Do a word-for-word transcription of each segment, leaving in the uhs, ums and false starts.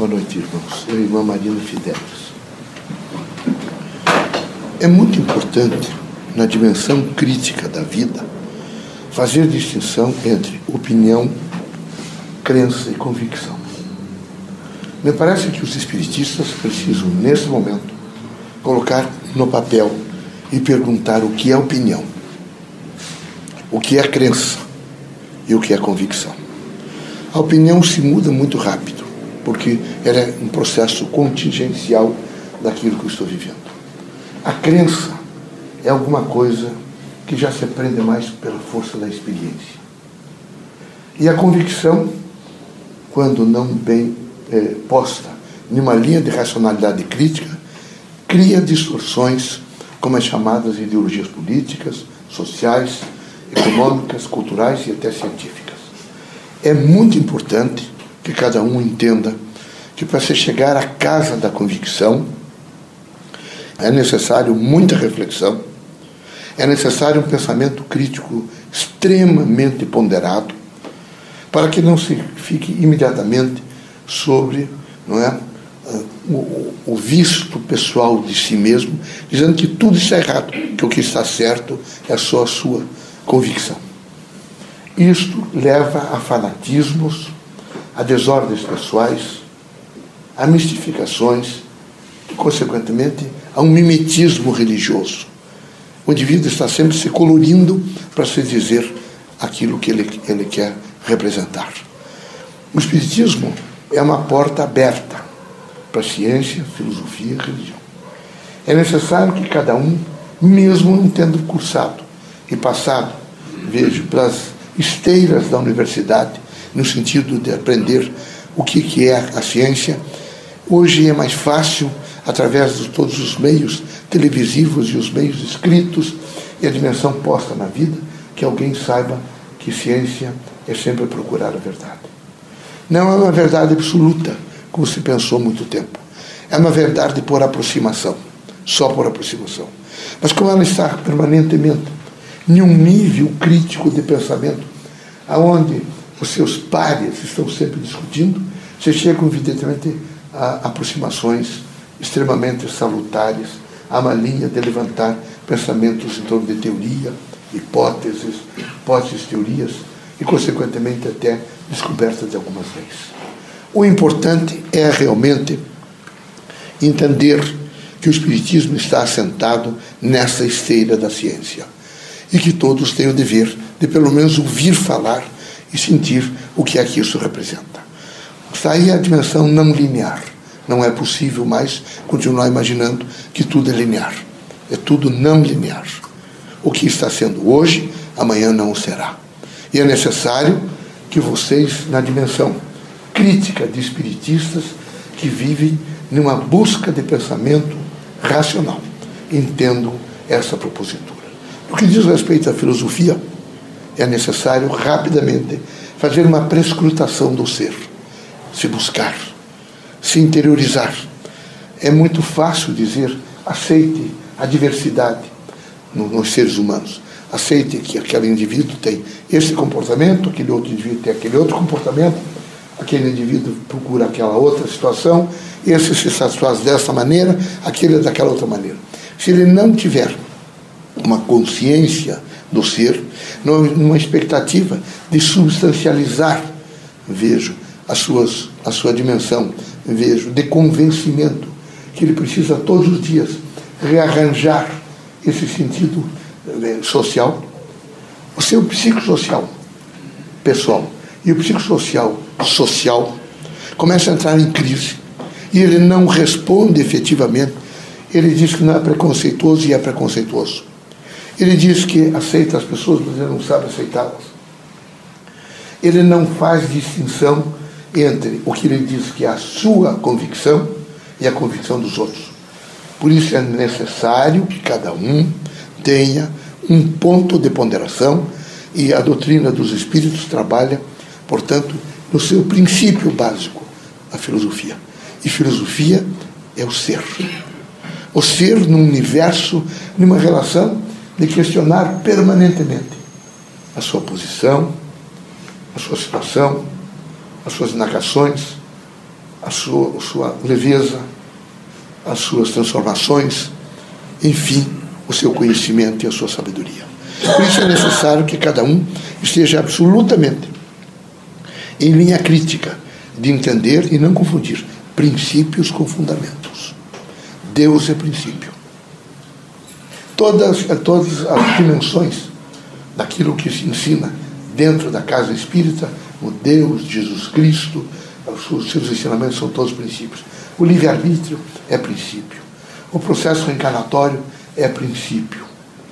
Boa noite, irmãos. Eu e a irmã Marina Fidelis. É muito importante, na dimensão crítica da vida, fazer distinção entre opinião, crença e convicção. Me parece que os espiritistas precisam, nesse momento, colocar no papel e perguntar o que é opinião, o que é crença e o que é convicção. A opinião se muda muito rápido, porque ela é um processo contingencial daquilo que eu estou vivendo. A crença é alguma coisa que já se aprende mais pela força da experiência. E a convicção, quando não bem é, posta em uma linha de racionalidade crítica, cria distorções como as chamadas ideologias políticas, sociais, econômicas, culturais e até científicas. É muito importante que cada um entenda que para se chegar à casa da convicção é necessário muita reflexão, é necessário um pensamento crítico extremamente ponderado para que não se fique imediatamente sobre, não é, o, o visto pessoal de si mesmo, dizendo que tudo está errado, que o que está certo é só a sua convicção. Isto leva a fanatismos, a desordens pessoais, a mistificações e, consequentemente, a um mimetismo religioso. O indivíduo está sempre se colorindo para se dizer aquilo que ele, ele quer representar. O Espiritismo é uma porta aberta para a ciência, filosofia e religião. É necessário que cada um, mesmo não tendo cursado e passado, vejo, pelas esteiras da universidade, no sentido de aprender o que, que é a ciência, hoje é mais fácil, através de todos os meios televisivos e os meios escritos e a dimensão posta na vida, que alguém saiba que ciência é sempre procurar a verdade. Não é uma verdade absoluta, como se pensou há muito tempo. É uma verdade por aproximação, só por aproximação. Mas como ela está permanentemente em um nível crítico de pensamento, aonde os seus pares estão sempre discutindo, você chega, evidentemente, a aproximações extremamente salutares, a uma linha de levantar pensamentos em torno de teoria, hipóteses, hipóteses, teorias, e, consequentemente, até descoberta de algumas leis. O importante é realmente entender que o Espiritismo está assentado nessa esteira da ciência e que todos têm o dever de, pelo menos, ouvir falar e sentir o que é que isso representa. Está aí a dimensão não linear. Não é possível mais continuar imaginando que tudo é linear. É tudo não linear. O que está sendo hoje, amanhã não o será. E é necessário que vocês, na dimensão crítica de espiritistas que vivem numa busca de pensamento racional, entendam essa propositura. No que diz respeito à filosofia, é necessário rapidamente fazer uma prescrutação do ser, se buscar, se interiorizar. É muito fácil dizer, aceite a diversidade nos seres humanos. Aceite que aquele indivíduo tem esse comportamento, aquele outro indivíduo tem aquele outro comportamento, aquele indivíduo procura aquela outra situação, esse se satisfaz dessa maneira, aquele daquela outra maneira. Se ele não tiver uma consciência do ser, numa expectativa de substancializar, vejo, as suas, a sua dimensão, vejo, de convencimento, que ele precisa todos os dias rearranjar esse sentido social, o seu psicossocial pessoal e o psicossocial social começa a entrar em crise e ele não responde efetivamente. Ele diz que não é preconceituoso e é preconceituoso. Ele diz que aceita as pessoas, mas ele não sabe aceitá-las. Ele não faz distinção entre o que ele diz que é a sua convicção e a convicção dos outros. Por isso é necessário que cada um tenha um ponto de ponderação e a doutrina dos espíritos trabalha, portanto, no seu princípio básico, a filosofia. E filosofia é o ser. O ser num universo, numa relação de questionar permanentemente a sua posição, a sua situação, as suas indagações, a sua, a sua leveza, as suas transformações, enfim, o seu conhecimento e a sua sabedoria. Por isso é necessário que cada um esteja absolutamente em linha crítica de entender e não confundir princípios com fundamentos. Deus é princípio. Todas, todas as dimensões daquilo que se ensina dentro da casa espírita, o Deus, Jesus Cristo, os seus ensinamentos são todos princípios. O livre-arbítrio é princípio. O processo reencarnatório é princípio.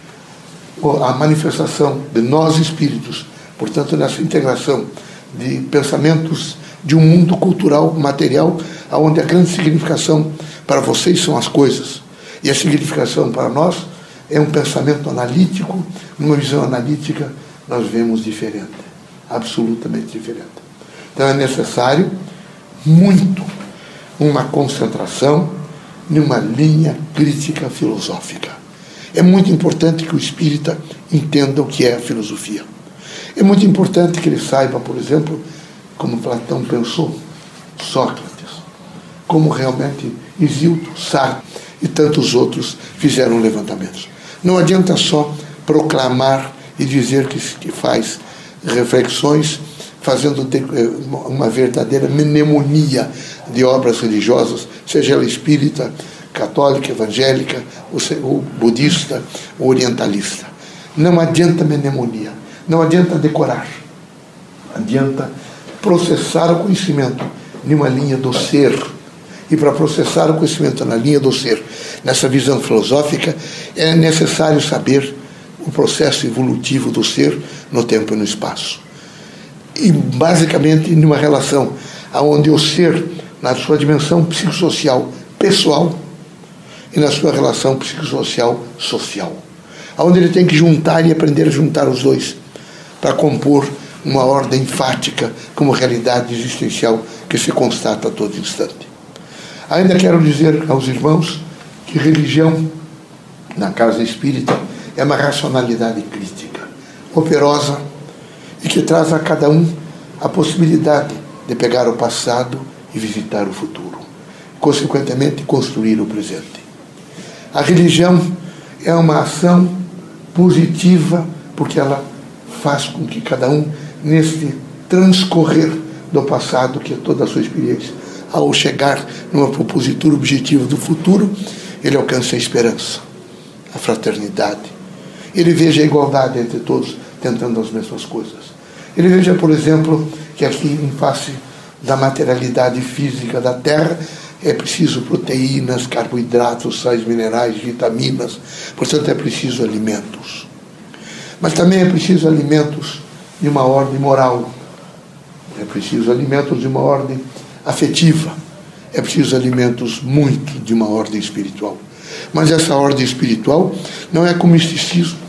A manifestação de nós espíritos, portanto, nessa integração de pensamentos de um mundo cultural, material, onde a grande significação para vocês são as coisas, e a significação para nós é um pensamento analítico, numa visão analítica nós vemos diferente, absolutamente diferente. Então é necessário muito uma concentração numa linha crítica filosófica. É muito importante que o espírita entenda o que é a filosofia. É muito importante que ele saiba, por exemplo, como Platão pensou, Sócrates, como realmente Isildo, Sartre e tantos outros fizeram levantamentos. Não adianta só proclamar e dizer que, que faz reflexões, fazendo uma verdadeira mnemonia de obras religiosas, seja ela espírita, católica, evangélica, ou budista, ou orientalista. Não adianta mnemonia, não adianta decorar, adianta processar o conhecimento numa linha do ser. E para processar o conhecimento na linha do ser, nessa visão filosófica, é necessário saber o processo evolutivo do ser no tempo e no espaço. E basicamente numa relação onde o ser, na sua dimensão psicossocial pessoal, e na sua relação psicossocial social, onde ele tem que juntar e aprender a juntar os dois para compor uma ordem fática como realidade existencial que se constata a todo instante. Ainda quero dizer aos irmãos que religião na casa espírita é uma racionalidade crítica, operosa, e que traz a cada um a possibilidade de pegar o passado e visitar o futuro, consequentemente construir o presente. A religião é uma ação positiva porque ela faz com que cada um, nesse transcorrer do passado, que é toda a sua experiência, ao chegar numa propositura objetiva do futuro, ele alcance a esperança, a fraternidade. Ele veja a igualdade entre todos, tentando as mesmas coisas. Ele veja, por exemplo, que aqui, em face da materialidade física da Terra, é preciso proteínas, carboidratos, sais minerais, vitaminas, portanto é preciso alimentos. Mas também é preciso alimentos de uma ordem moral, é preciso alimentos de uma ordem afetiva, é preciso alimentos muito de uma ordem espiritual. Mas essa ordem espiritual não é com misticismo,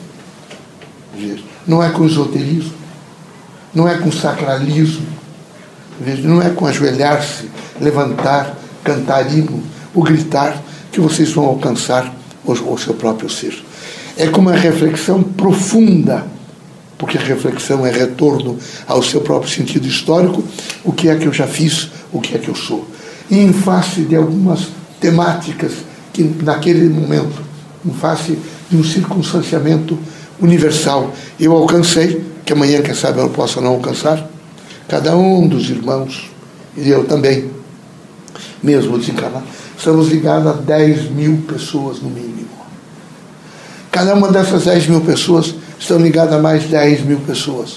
não é com esoterismo, não é com sacralismo, não é com ajoelhar-se, levantar, cantar hino ou gritar que vocês vão alcançar o, o seu próprio ser. É com uma reflexão profunda, porque a reflexão é retorno ao seu próprio sentido histórico, o que é que eu já fiz, o que é que eu sou. E em face de algumas temáticas que naquele momento, em face de um circunstanciamento universal, eu alcancei, que amanhã, quem sabe, eu não possa não alcançar, cada um dos irmãos, e eu também, mesmo desencarnado, estamos ligados a dez mil pessoas no mínimo. Cada uma dessas dez mil pessoas estão ligadas a mais dez mil pessoas.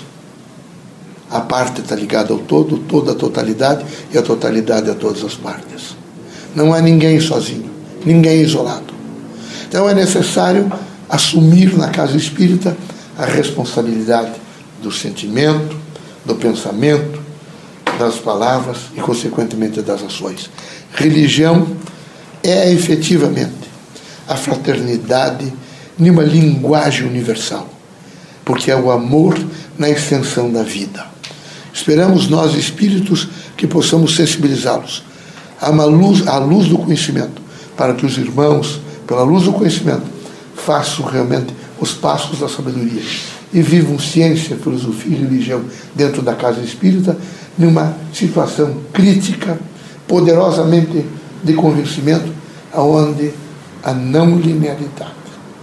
A parte está ligada ao todo, toda a totalidade, e a totalidade a todas as partes. Não há ninguém sozinho, ninguém isolado. Então é necessário assumir na casa espírita a responsabilidade do sentimento, do pensamento, das palavras e, consequentemente, das ações. Religião é efetivamente a fraternidade numa linguagem universal, porque é o amor na extensão da vida. Esperamos nós, espíritos, que possamos sensibilizá-los a uma luz, à luz do conhecimento, para que os irmãos, pela luz do conhecimento, façam realmente os passos da sabedoria e vivam ciência, filosofia e religião dentro da casa espírita, numa situação crítica, poderosamente de convencimento, aonde a não linearidade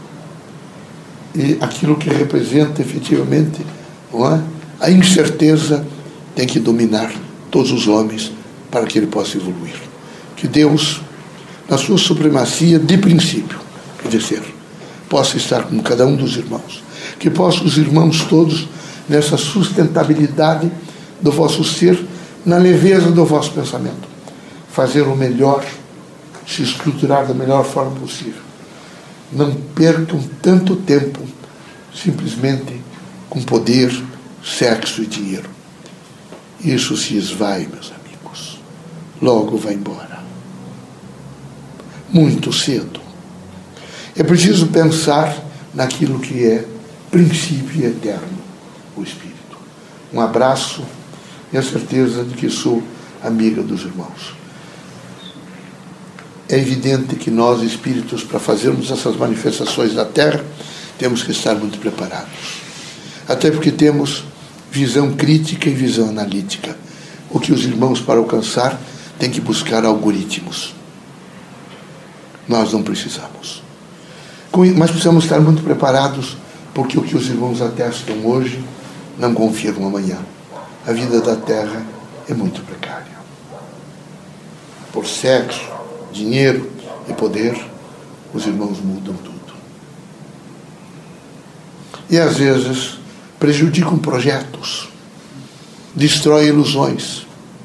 e aquilo que representa efetivamente, não é? A incerteza tem que dominar todos os homens para que ele possa evoluir. Que Deus, na sua supremacia de princípio e de ser, possa estar com cada um dos irmãos. Que possam os irmãos todos, nessa sustentabilidade do vosso ser, na leveza do vosso pensamento, fazer o melhor, se estruturar da melhor forma possível. Não percam tanto tempo simplesmente com poder, sexo e dinheiro. Isso se esvai, meus amigos. Logo vai embora. Muito cedo. É preciso pensar naquilo que é princípio e eterno, o Espírito. Um abraço e a certeza de que sou amiga dos irmãos. É evidente que nós, espíritos, para fazermos essas manifestações na Terra, temos que estar muito preparados. Até porque temos visão crítica e visão analítica. O que os irmãos, para alcançar, têm que buscar algoritmos. Nós não precisamos. Mas precisamos estar muito preparados, porque o que os irmãos atestam hoje não confirmam amanhã. A vida da Terra é muito precária. Por sexo, dinheiro e poder, os irmãos mudam tudo. E às vezes prejudicam projetos, destroem ilusões,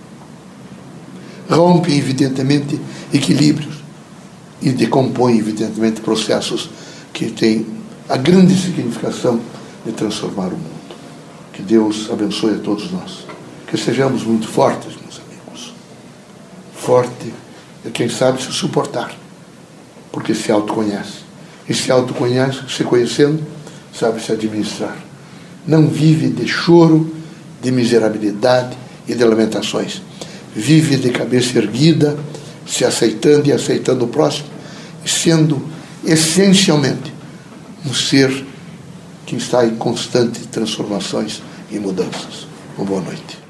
rompem evidentemente equilíbrios e decompõem evidentemente processos que têm a grande significação de transformar o mundo. Que Deus abençoe a todos nós. Que sejamos muito fortes, meus amigos. Forte é quem sabe se suportar, porque se autoconhece. E se autoconhece, se conhecendo, sabe se administrar. Não vive de choro, de miserabilidade e de lamentações. Vive de cabeça erguida, se aceitando e aceitando o próximo, e sendo essencialmente um ser que está em constante transformações e mudanças. Uma boa noite.